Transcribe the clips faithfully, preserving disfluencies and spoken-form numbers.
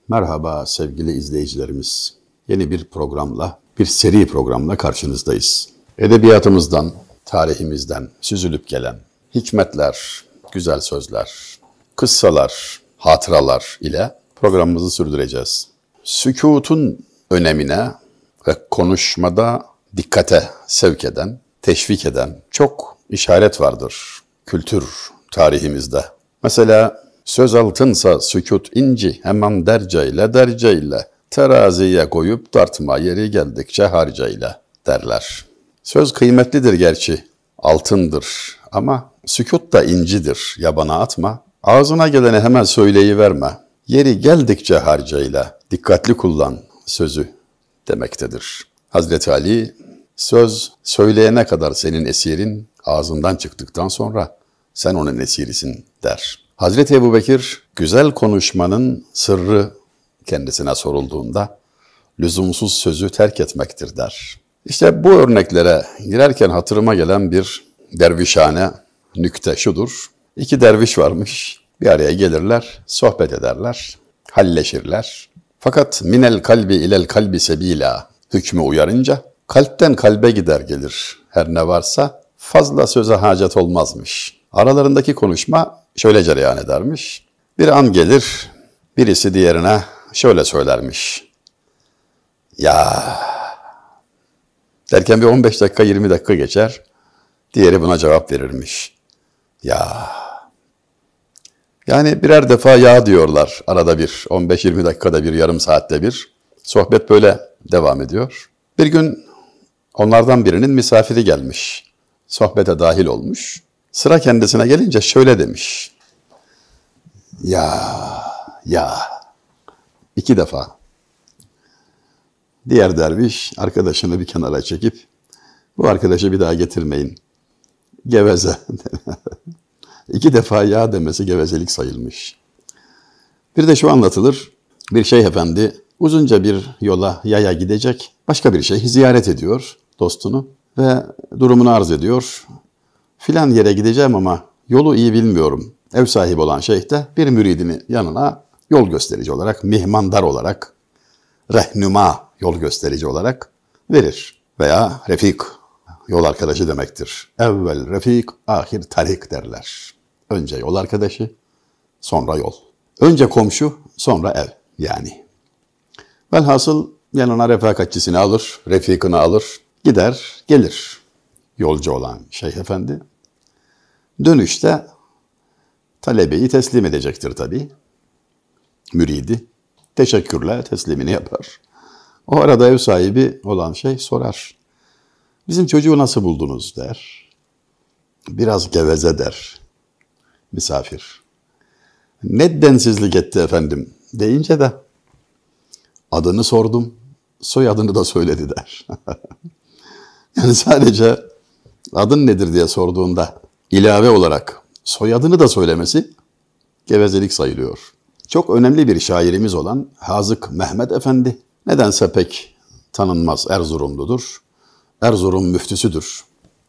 Merhaba sevgili izleyicilerimiz. Yeni bir programla, bir seri programla karşınızdayız. Edebiyatımızdan, tarihimizden süzülüp gelen hikmetler, güzel sözler, kıssalar, hatıralar ile programımızı sürdüreceğiz. Sükûtun önemine ve konuşmada dikkate sevk eden, teşvik eden çok işaret vardır kültür tarihimizde. Mesela söz altınsa sükût inci, hemen derceyle derceyle, teraziye koyup tartma yeri geldikçe harcayla derler. Söz kıymetlidir gerçi, altındır ama sükût da incidir, yabana atma. Ağzına geleni hemen söyleyiverme, yeri geldikçe harcayla, dikkatli kullan sözü demektedir. Hazreti Ali, söz söyleyene kadar senin esirin, ağzından çıktıktan sonra sen onun esirisin der. Hazreti Ebubekir, güzel konuşmanın sırrı kendisine sorulduğunda lüzumsuz sözü terk etmektir der. İşte bu örneklere girerken hatırıma gelen bir dervişhane nükte şudur. İki derviş varmış, bir araya gelirler, sohbet ederler, halleşirler. Fakat minel kalbi ilel kalbi sebila hükmü uyarınca kalpten kalbe gider gelir her ne varsa, fazla söze hacet olmazmış. Aralarındaki konuşma şöyle cereyan edermiş. Bir an gelir, birisi diğerine şöyle söylermiş. Ya derken bir on beş dakika yirmi dakika geçer, diğeri buna cevap verirmiş. Ya yani birer defa ya diyorlar arada bir, on beş yirmi dakikada bir, yarım saatte bir. Sohbet böyle devam ediyor. Bir gün onlardan birinin misafiri gelmiş. Sohbete dahil olmuş. Sıra kendisine gelince şöyle demiş. Ya, ya. İki defa. Diğer derviş arkadaşını bir kenara çekip bu arkadaşı bir daha getirmeyin. Geveze. İki defa ya demesi gevezelik sayılmış. Bir de şu anlatılır. Bir şeyh efendi uzunca bir yola yaya gidecek. Başka bir şeyh ziyaret ediyor dostunu ve durumunu arz ediyor. Filan yere gideceğim ama yolu iyi bilmiyorum. Ev sahibi olan şeyh de bir müridini yanına yol gösterici olarak, mihmandar olarak, rehnuma yol gösterici olarak verir. Veya refik, yol arkadaşı demektir. Evvel refik, ahir tarik derler. Önce yol arkadaşı, sonra yol. Önce komşu, sonra ev yani. Velhasıl yanına refakatçisini alır, refikini alır, gider, gelir yolcu olan şeyh efendi. Dönüşte talebeyi teslim edecektir tabii. Müridi teşekkürle teslimini yapar. O arada ev sahibi olan şey sorar. Bizim çocuğu nasıl buldunuz der. Biraz geveze der misafir. Ne densizlik etti efendim deyince de adını sordum, soyadını da söyledi der. Yani sadece adın nedir diye sorduğunda ilave olarak soyadını da söylemesi gevezelik sayılıyor. Çok önemli bir şairimiz olan Hazık Mehmet Efendi nedense pek tanınmaz, Erzurumludur. Erzurum müftüsüdür.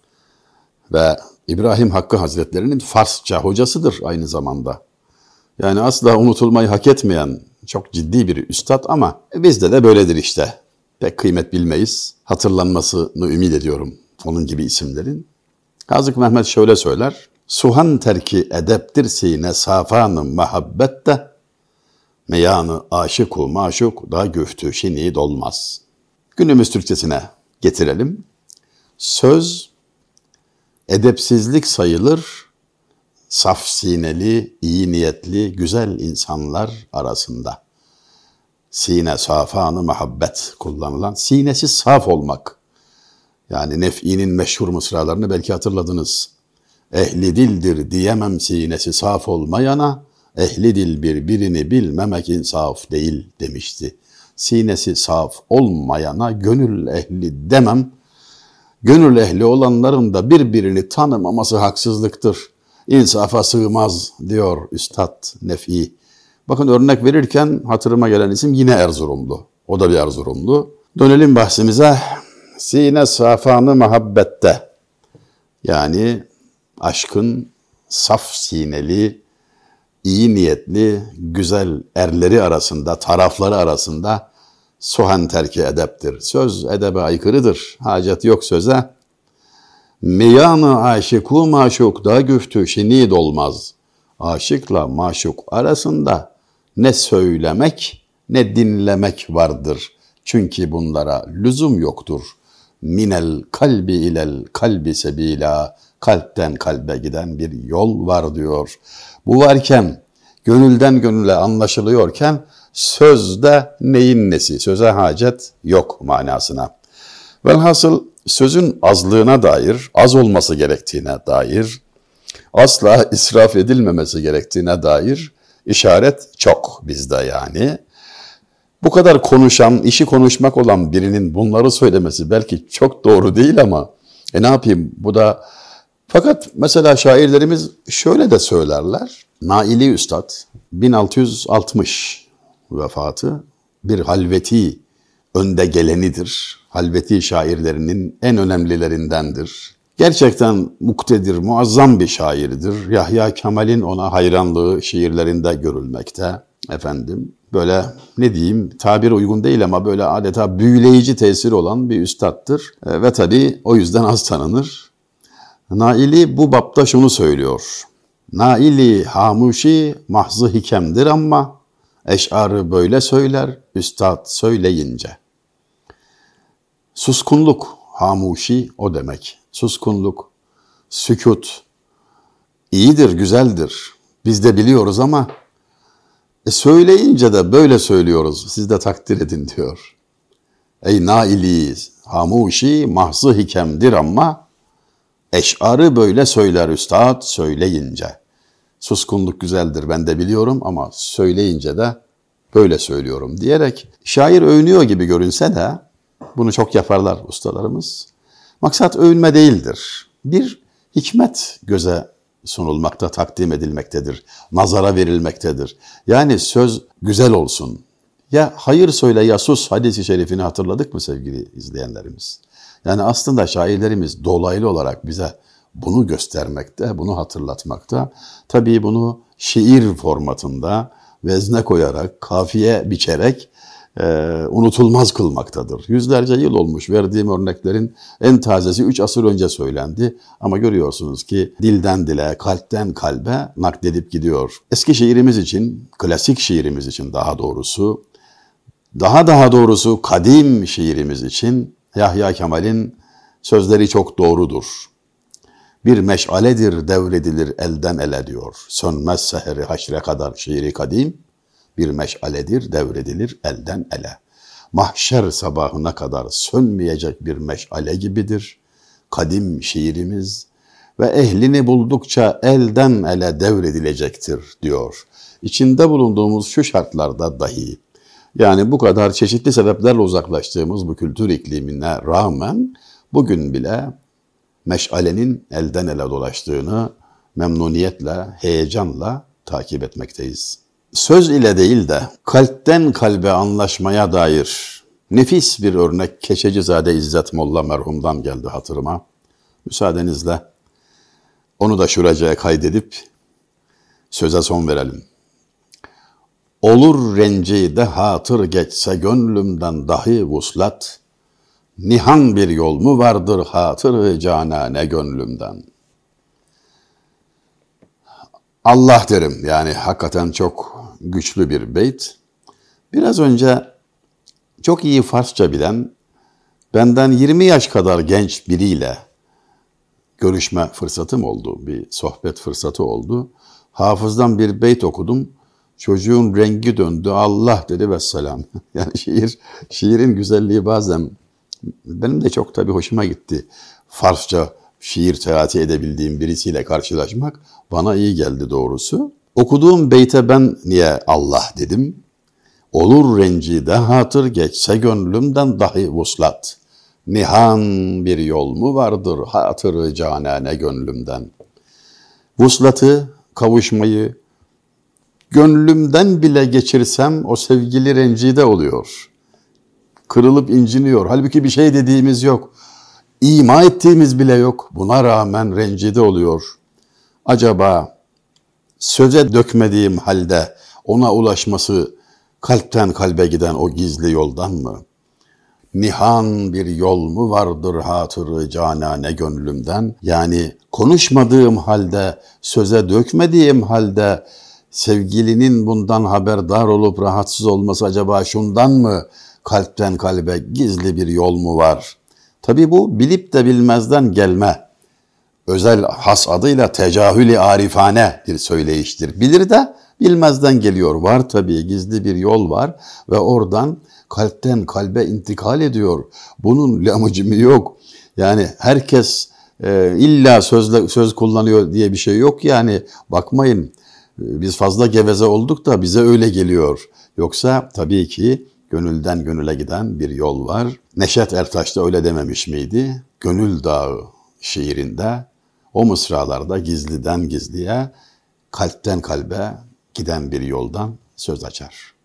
Ve İbrahim Hakkı Hazretleri'nin Farsça hocasıdır aynı zamanda. Yani asla unutulmayı hak etmeyen çok ciddi bir üstad ama bizde de böyledir işte. Pek kıymet bilmeyiz. Hatırlanmasını ümit ediyorum onun gibi isimlerin. Hazık Mehmet şöyle söyler. Suhan terki edeptir sine safanı muhabbette, meyanı aşıku maşuk da güftü şini dolmaz. Günümüz Türkçesine getirelim. Söz edepsizlik sayılır, saf sineli, iyi niyetli, güzel insanlar arasında. Sine safanı muhabbet kullanılan, sinesi saf olmak. Yani Nef'i'nin meşhur mısralarını belki hatırladınız. Ehli dildir diyemem sinesi saf olmayana, ehli dil birbirini bilmemek insaf değil demişti. Sinesi saf olmayana gönül ehli demem. Gönül ehli olanların da birbirini tanımaması haksızlıktır. İnsafa sığmaz diyor Üstad Nef'i. Bakın örnek verirken hatırıma gelen isim yine Erzurumlu. O da bir Erzurumlu. Dönelim bahsimize. Sine safanı muhabbette. Yani aşkın saf sineli, iyi niyetli, güzel erleri arasında, tarafları arasında suhan terki edeptir. Söz edebe aykırıdır. Hacet yok söze. Miyanı aşıku maşuk da güftü şinid olmaz. Aşıkla maşuk arasında ne söylemek ne dinlemek vardır. Çünkü bunlara lüzum yoktur. Minel kalbi ilel kalbi sebila, kalpten kalbe giden bir yol var diyor. Bu varken, gönülden gönüle anlaşılıyorken sözde neyin nesi, söze hacet yok manasına. Velhasıl sözün azlığına dair, az olması gerektiğine dair, asla israf edilmemesi gerektiğine dair işaret çok bizde yani. Bu kadar konuşan, işi konuşmak olan birinin bunları söylemesi belki çok doğru değil ama e ne yapayım bu da... Fakat mesela şairlerimiz şöyle de söylerler. Naili Üstad bin altı yüz altmış vefatı, bir halveti önde gelenidir. Halveti şairlerinin en önemlilerindendir. Gerçekten muktedir, muazzam bir şairdir. Yahya Kemal'in ona hayranlığı şiirlerinde görülmekte. Efendim böyle ne diyeyim, tabir uygun değil ama böyle adeta büyüleyici tesir olan bir üstattır. E, ve tabii o yüzden az tanınır. Naili bu bapta şunu söylüyor. Naili hamuşi mahzı hikemdir ama eşarı böyle söyler üstad söyleyince. Suskunluk, hamuşi o demek. Suskunluk, sükut iyidir, güzeldir. Biz de biliyoruz ama e söyleyince de böyle söylüyoruz. Siz de takdir edin diyor. Ey naili hamuşi mahzı hikemdir ama eşarı böyle söyler üstad söyleyince. Suskunluk güzeldir ben de biliyorum ama söyleyince de böyle söylüyorum diyerek şair övünüyor gibi görünse de bunu çok yaparlar ustalarımız. Maksat övünme değildir. Bir hikmet göze sunulmakta, takdim edilmektedir. Nazara verilmektedir. Yani söz güzel olsun. Ya hayır söyle ya sus hadis-i şerifini hatırladık mı sevgili izleyenlerimiz? Yani aslında şairlerimiz dolaylı olarak bize bunu göstermekte, bunu hatırlatmakta. Tabii bunu şiir formatında vezne koyarak, kafiye biçerek e, unutulmaz kılmaktadır. Yüzlerce yıl olmuş verdiğim örneklerin en tazesi üç asır önce söylendi. Ama görüyorsunuz ki dilden dile, kalpten kalbe nakledip gidiyor. Eski şiirimiz için, klasik şiirimiz için daha doğrusu, daha daha doğrusu kadim şiirimiz için Yahya Kemal'in sözleri çok doğrudur. Bir meşaledir devredilir elden ele diyor. Sönmez seheri haşre kadar şiiri kadim. Bir meşaledir devredilir elden ele. Mahşer sabahına kadar sönmeyecek bir meşale gibidir. Kadim şiirimiz ve ehlini buldukça elden ele devredilecektir diyor. İçinde bulunduğumuz şu şartlarda dahi, yani bu kadar çeşitli sebeplerle uzaklaştığımız bu kültür iklimine rağmen bugün bile meşalenin elden ele dolaştığını memnuniyetle, heyecanla takip etmekteyiz. Söz ile değil de kalpten kalbe anlaşmaya dair nefis bir örnek Keçecizade İzzet Molla merhumdan geldi hatırıma. Müsaadenizle onu da şuracaya kaydedip söze son verelim. Olur rencide hatır geçse gönlümden dahi vuslat, nihan bir yol mu vardır hatır canane gönlümden. Allah derim yani hakikaten çok güçlü bir beyt. Biraz önce çok iyi Farsça bilen, benden yirmi yaş kadar genç biriyle görüşme fırsatım oldu, bir sohbet fırsatı oldu. Hafızdan bir beyt okudum. Çocuğun rengi döndü, Allah dedi vesselam. Yani şiir, şiirin güzelliği bazen benim de çok tabii hoşuma gitti. Farsça şiir teati edebildiğim birisiyle karşılaşmak bana iyi geldi doğrusu. Okuduğum beyte ben niye Allah dedim? Olur rencide hatır geçse gönlümden dahi vuslat. Nihan bir yol mu vardır hatırı canane gönlümden. Vuslatı, kavuşmayı, gönlümden bile geçirsem o sevgili rencide oluyor. Kırılıp inciniyor. Halbuki bir şey dediğimiz yok. İma ettiğimiz bile yok. Buna rağmen rencide oluyor. Acaba söze dökmediğim halde ona ulaşması kalpten kalbe giden o gizli yoldan mı? Nihan bir yol mu vardır hatırı canane gönlümden? Yani konuşmadığım halde, söze dökmediğim halde sevgilinin bundan haberdar olup rahatsız olması acaba şundan mı? Kalpten kalbe gizli bir yol mu var? Tabii bu bilip de bilmezden gelme, özel has adıyla tecahülü arifane bir söyleyiştir. Bilir de bilmezden geliyor. Var tabii, gizli bir yol var ve oradan kalpten kalbe intikal ediyor. Bunun lamıcımı yok. Yani herkes e, illa sözle, söz kullanıyor diye bir şey yok yani. Bakmayın, e, biz fazla geveze olduk da bize öyle geliyor. Yoksa tabii ki gönülden gönüle giden bir yol var. Neşet Ertaş da öyle dememiş miydi? Gönül Dağı şiirinde o mısralarda gizliden gizliye, kalpten kalbe giden bir yoldan söz açar.